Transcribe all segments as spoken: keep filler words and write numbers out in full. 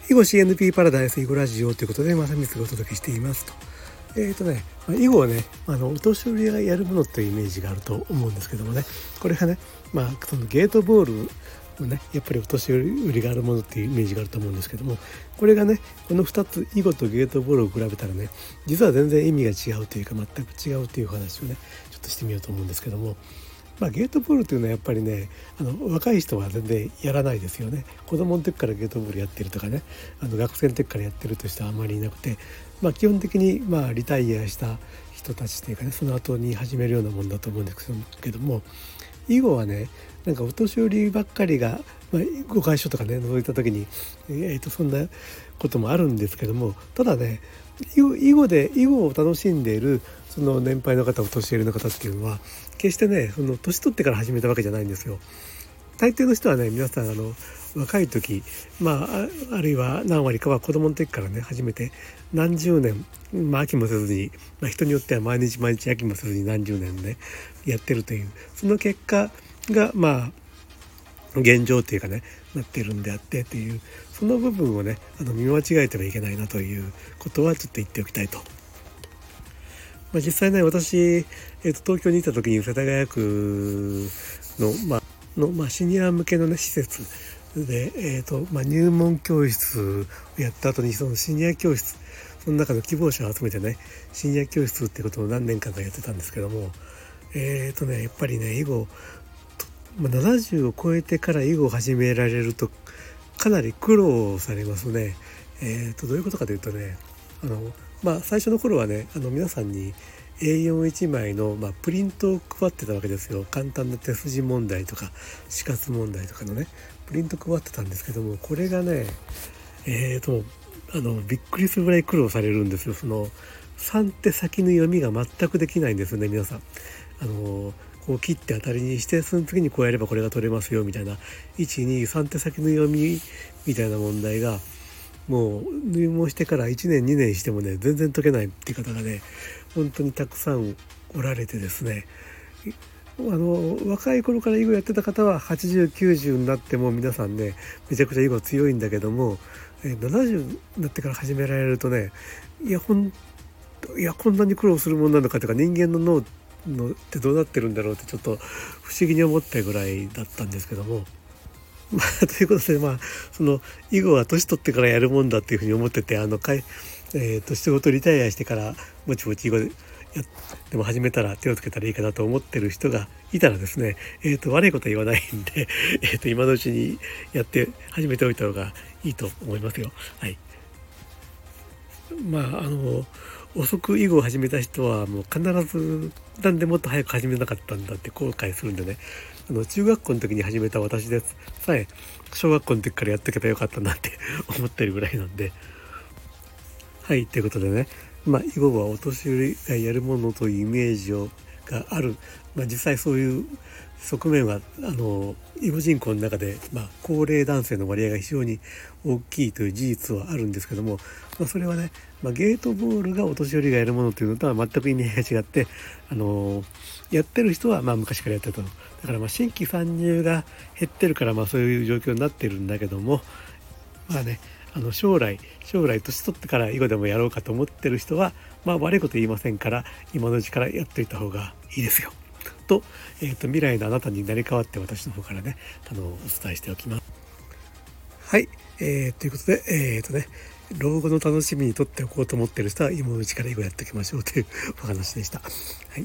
囲碁 シーエヌピー パラダイス囲碁ラジオということで正光がお届けしていますと。えーとね、囲碁はね、あのお年寄りがやるものというイメージがあると思うんですけどもね、これがね、まあそのゲートボールのね、やっぱりお年寄りがあるものっていうイメージがあると思うんですけども、これがね、このふたつ、囲碁とゲートボールを比べたらね、実は全然意味が違うというか全く違うという話をね、ちょっとしてみようと思うんですけども、まあ、ゲートボールというのはやっぱりね、あの若い人は全然やらないですよね。子供の時からゲートボールやってるとかね、あの学生の時からやってるという人はあまりいなくて、まあ、基本的にまあリタイアした人たちというかね、その後に始めるようなもんだと思うんですけども、囲碁はね、なんかお年寄りばっかりが、まあ、碁会所とかね覗いた時に、えー、とそんなこともあるんですけども、ただね、囲碁で囲碁を楽しんでいるその年配の方、お年寄りの方っていうのは決してね、その年取ってから始めたわけじゃないんですよ。大抵の人はね、皆さんあの若い時、まあ、あるいは何割かは子供の時からね始めて何十年、まあ、飽きもせずに、まあ、人によっては毎日毎日飽きもせずに何十年ねやってるという、その結果がまあ現状というかねなっているんであってという、その部分をねあの見間違えてはいけないなということはちょっと言っておきたいと。まあ、実際ね、私、えー、と東京にいた時に世田谷区の、まあのまあ、シニア向けの、ね、施設で、えーとまあ、入門教室をやった後に、そのシニア教室、その中の希望者を集めてねシニア教室っていうことを何年間かやってたんですけども、えーとねやっぱりね囲碁、まあ、ななじゅうを超えてから囲碁を始められるとかなり苦労されますね。えーとどういうことかというとね、あのまあ最初の頃はね、あの皆さんに エーよんいち 枚の、まあ、プリントを配ってたわけですよ。簡単な手筋問題とか死活問題とかのねプリント配ってたんですけども、これがねえーとあのびっくりするぐらい苦労されるんですよ。そのさん手先の読みが全くできないんですよね、皆さん。あのこう切って当たりにして、その次にこうやればこれが取れますよみたいな いちにさん 手先の読みみたいな問題がもう入門してからいちねんにねんしてもね全然解けないっていう方がね本当にたくさんおられてですね、あの若い頃から囲碁やってた方ははちじゅうきゅうじゅうになっても皆さんねめちゃくちゃ囲碁強いんだけども、ななじゅうになってから始められるとね、いやほんいやこんなに苦労するもんなのかとか、人間の脳のってどうなってるんだろうってちょっと不思議に思ったぐらいだったんですけども、まあ、ということで、まあその囲碁は年取ってからやるもんだっていうふうに思ってて、あのかい、えー、と仕事リタイアしてからぼちぼち囲碁でやでも始めたら手をつけたらいいかなと思ってる人がいたらですね、えー、と悪いことは言わないんで、えー、と今のうちにやって始めておいた方がいいと思いますよ。はい。まああの遅く囲碁を始めた人はもう必ずなんでもっと早く始めなかったんだって後悔するんでね、あの中学校の時に始めた私でさえ小学校の時からやっておけばよかったなって思ってるぐらいなんで、はいということでね、まあ囲碁はお年寄りがやるものというイメージをがある、まあ、実際そういう側面はあの囲碁人口の中で、まあ、高齢男性の割合が非常に大きいという事実はあるんですけども、まあ、それはね、まあ、ゲートボールがお年寄りがやるものというのとは全く意味合いが違って、あのやってる人はまあ昔からやってたと。だからまあ新規参入が減ってるからまあそういう状況になってるんだけども、まあね、あの将来将来年取ってから囲碁でもやろうかと思ってる人は、まあ悪いこと言いませんから、今のうちからやっておいた方がいいですよと、えー、と未来のあなたになり変わって私の方からねあのお伝えしておきます。はい、えー、ということで、えーとね、老後の楽しみにとっておこうと思っている人は今のうちから囲碁やっておきましょうというお話でした。はい、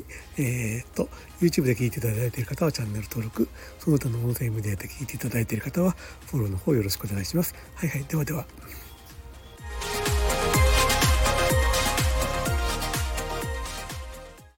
えーと YouTube で聞いていただいている方はチャンネル登録、その他の音声メディアで聞いていただいている方はフォローの方よろしくお願いします。はいはい、ではでは。